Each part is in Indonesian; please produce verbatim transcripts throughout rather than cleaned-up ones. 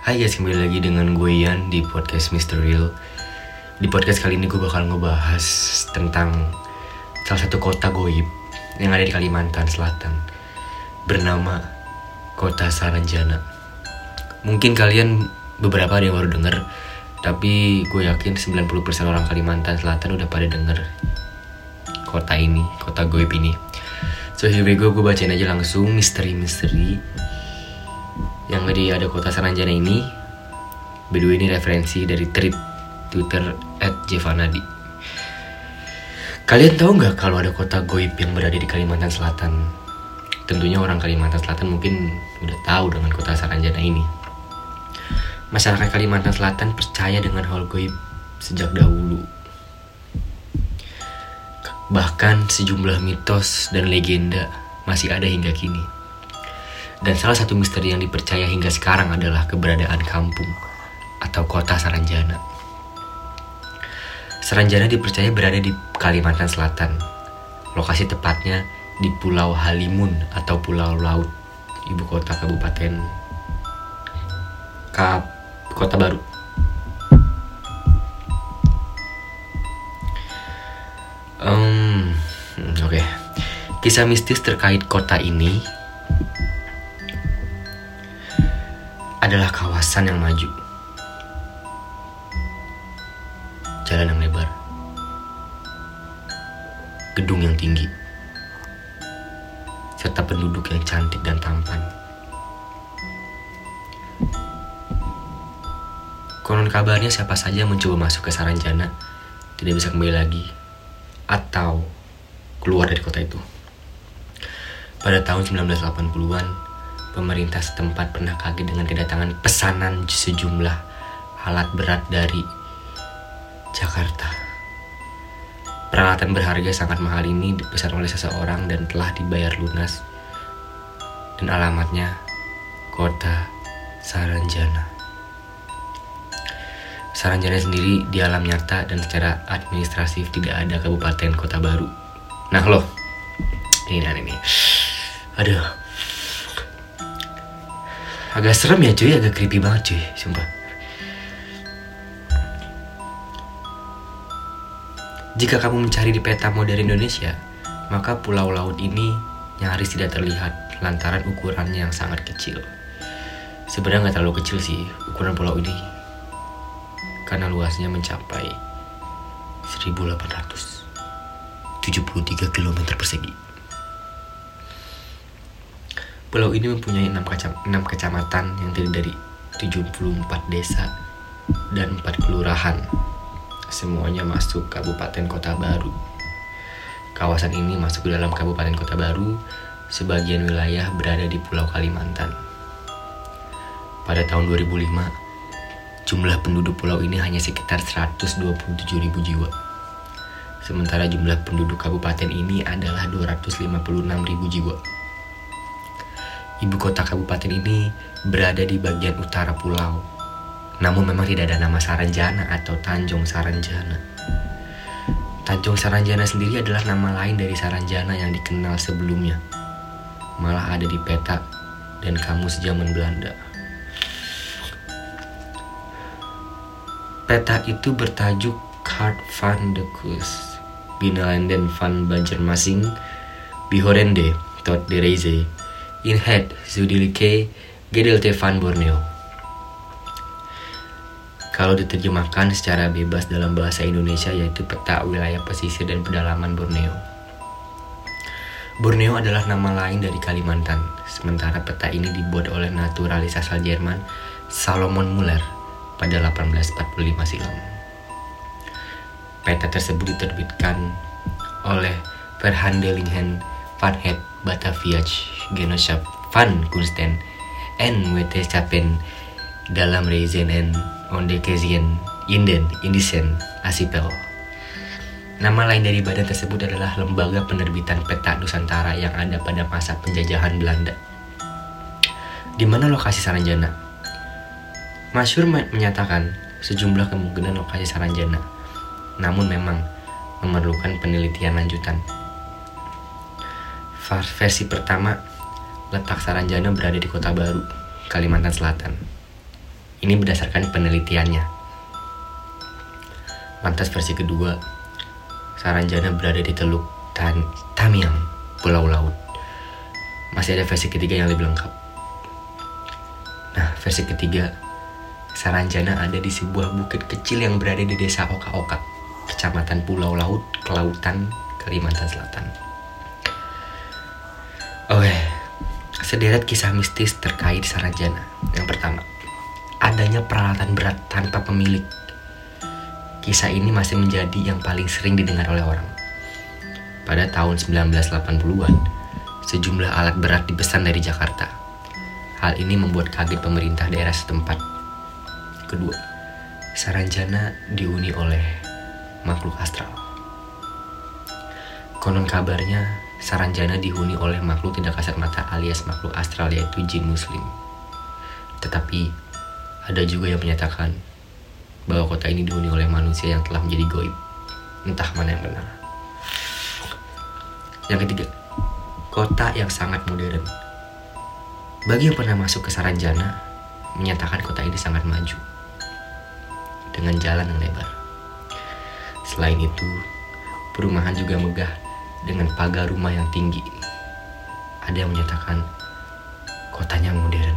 Hai guys, kembali lagi dengan gue Ian di podcast mister Real. Di podcast kali ini gue bakal ngebahas tentang salah satu kota goib yang ada di Kalimantan Selatan, bernama Kota Saranjana. Mungkin kalian beberapa ada yang baru denger, tapi gue yakin sembilan puluh persen orang Kalimantan Selatan udah pada denger kota ini, kota goib ini. So here we go, gue bacain aja langsung misteri-misteri yang tadi ada kota Saranjana ini. By the way, ini referensi dari tweet Twitter at jevanadi. Kalian tahu nggak kalau ada kota goib yang berada di Kalimantan Selatan? Tentunya orang Kalimantan Selatan mungkin udah tahu dengan kota Saranjana ini. Masyarakat Kalimantan Selatan percaya dengan hal goib sejak dahulu. Bahkan sejumlah mitos dan legenda masih ada hingga kini. Dan salah satu misteri yang dipercaya hingga sekarang adalah keberadaan kampung atau kota Saranjana. Saranjana dipercaya berada di Kalimantan Selatan. Lokasi tepatnya di Pulau Halimun atau Pulau Laut, ibu kota Kabupaten Kap Kota Baru. Um, Oke, okay. Kisah mistis terkait kota ini adalah kawasan yang maju, jalan yang lebar, gedung yang tinggi, serta penduduk yang cantik dan tampan. Konon kabarnya siapa saja mencoba masuk ke Saranjana tidak bisa kembali lagi atau keluar dari kota itu. Pada tahun sembilan belas delapan puluhan, pemerintah setempat pernah kaget dengan kedatangan pesanan sejumlah alat berat dari Jakarta. Peralatan berharga sangat mahal ini dipesan oleh seseorang dan telah dibayar lunas. Dan alamatnya Kota Saranjana. Saranjana sendiri di alam nyata dan secara administratif tidak ada kabupaten kota baru. Nah loh, ini aneh nih. Aduh, agak serem ya cuy, agak creepy banget cuy, sumpah. Jika kamu mencari di peta modern Indonesia, maka pulau laut ini nyaris tidak terlihat lantaran ukurannya yang sangat kecil. Sebenarnya gak terlalu kecil sih ukuran pulau ini, karena luasnya mencapai seribu delapan ratus tujuh puluh tiga kilometer persegi. Pulau ini mempunyai enam, kecam- enam kecamatan yang terdiri dari tujuh puluh empat desa dan empat kelurahan. Semuanya masuk Kabupaten Kota Baru. Kawasan ini masuk ke dalam Kabupaten Kota Baru. Sebagian wilayah berada di Pulau Kalimantan. Pada tahun dua ribu lima, jumlah penduduk pulau ini hanya sekitar seratus dua puluh tujuh ribu jiwa. Sementara jumlah penduduk kabupaten ini adalah dua ratus lima puluh enam ribu jiwa. Ibu kota kabupaten ini berada di bagian utara pulau. Namun memang tidak ada nama Saranjana atau Tanjung Saranjana. Tanjung Saranjana sendiri adalah nama lain dari Saranjana yang dikenal sebelumnya. Malah ada di peta dan kamus zaman Belanda. Peta itu bertajuk Kaart van de Kust, Binalanden van Banjarmasin, Bihorende tot de Reize, in het zuidelijke gedeelte van Borneo. Kalau diterjemahkan secara bebas dalam bahasa Indonesia, yaitu peta wilayah pesisir dan pedalaman Borneo. Borneo adalah nama lain dari Kalimantan, sementara peta ini dibuat oleh naturalis asal Jerman Salomon Muller pada delapan belas empat puluh lima silam. Peta tersebut diterbitkan oleh Verhandelingen van het Bataviasch Genootschap van Kunsten en Wetenschappen dalam Reizen en Ontdekkingen in den Indischen Archipel. Nama lain dari badan tersebut adalah Lembaga Penerbitan Peta Nusantara yang ada pada masa penjajahan Belanda. Di mana lokasi Saranjana? Masyhur menyatakan sejumlah kemungkinan lokasi Saranjana, namun memang memerlukan penelitian lanjutan. Versi pertama, letak Saranjana berada di Kota Baru, Kalimantan Selatan. Ini berdasarkan penelitiannya. Lantas versi kedua, Saranjana berada di Teluk Tan- Tamiang, Pulau Laut. Masih ada versi ketiga yang lebih lengkap. Nah, versi ketiga, Saranjana ada di sebuah bukit kecil yang berada di desa Oka-Oka, Kecamatan Pulau Laut, Kelautan, Kalimantan Selatan. Oke, sederet kisah mistis terkait Saranjana. Yang pertama, adanya peralatan berat tanpa pemilik. Kisah ini masih menjadi yang paling sering didengar oleh orang. Pada tahun sembilan belas delapan puluhan, sejumlah alat berat dipesan dari Jakarta. Hal ini membuat kaget pemerintah daerah setempat. Kedua, Saranjana dihuni oleh makhluk astral. Konon kabarnya, Saranjana dihuni oleh makhluk tidak kasat mata alias makhluk astral, yaitu jin muslim. Tetapi, ada juga yang menyatakan bahwa kota ini dihuni oleh manusia yang telah menjadi goib. Entah mana yang benar. Yang ketiga, kota yang sangat modern. Bagi yang pernah masuk ke Saranjana, menyatakan kota ini sangat maju, dengan jalan yang lebar. Selain itu, perumahan juga megah dengan pagar rumah yang tinggi. Ada yang menyatakan kotanya modern.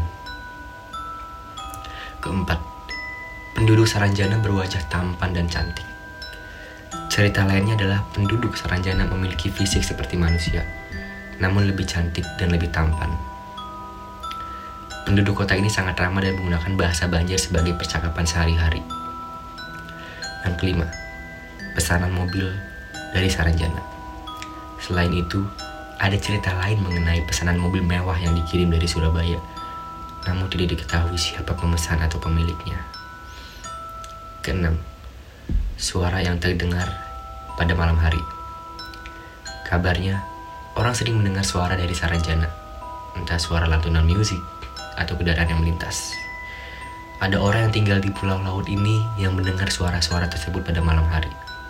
Keempat, penduduk Saranjana berwajah tampan dan cantik. Cerita lainnya adalah penduduk Saranjana memiliki fisik seperti manusia, namun lebih cantik dan lebih tampan. Penduduk kota ini sangat ramah dan menggunakan bahasa Banjar sebagai percakapan sehari-hari. Yang kelima, pesanan mobil dari Saranjana. Selain itu, ada cerita lain mengenai pesanan mobil mewah yang dikirim dari Surabaya, namun tidak diketahui siapa pemesan atau pemiliknya. Keenam, suara yang terdengar pada malam hari. Kabarnya, orang sering mendengar suara dari Saranjana, entah suara lantunan musik atau kendaraan yang melintas. Ada orang yang tinggal di Pulau Laut ini yang mendengar suara-suara tersebut pada malam hari.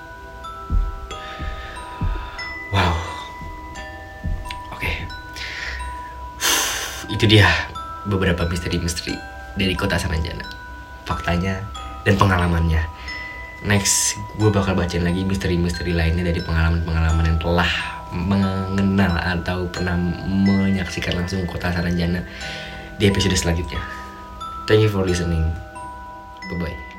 Wow. Oke. Itu dia beberapa misteri-misteri dari kota Saranjana, faktanya dan pengalamannya. Next, gue bakal bacain lagi misteri-misteri lainnya dari pengalaman-pengalaman yang telah mengenal atau pernah menyaksikan langsung kota Saranjana di episode selanjutnya. Thank you for listening. Bye-bye.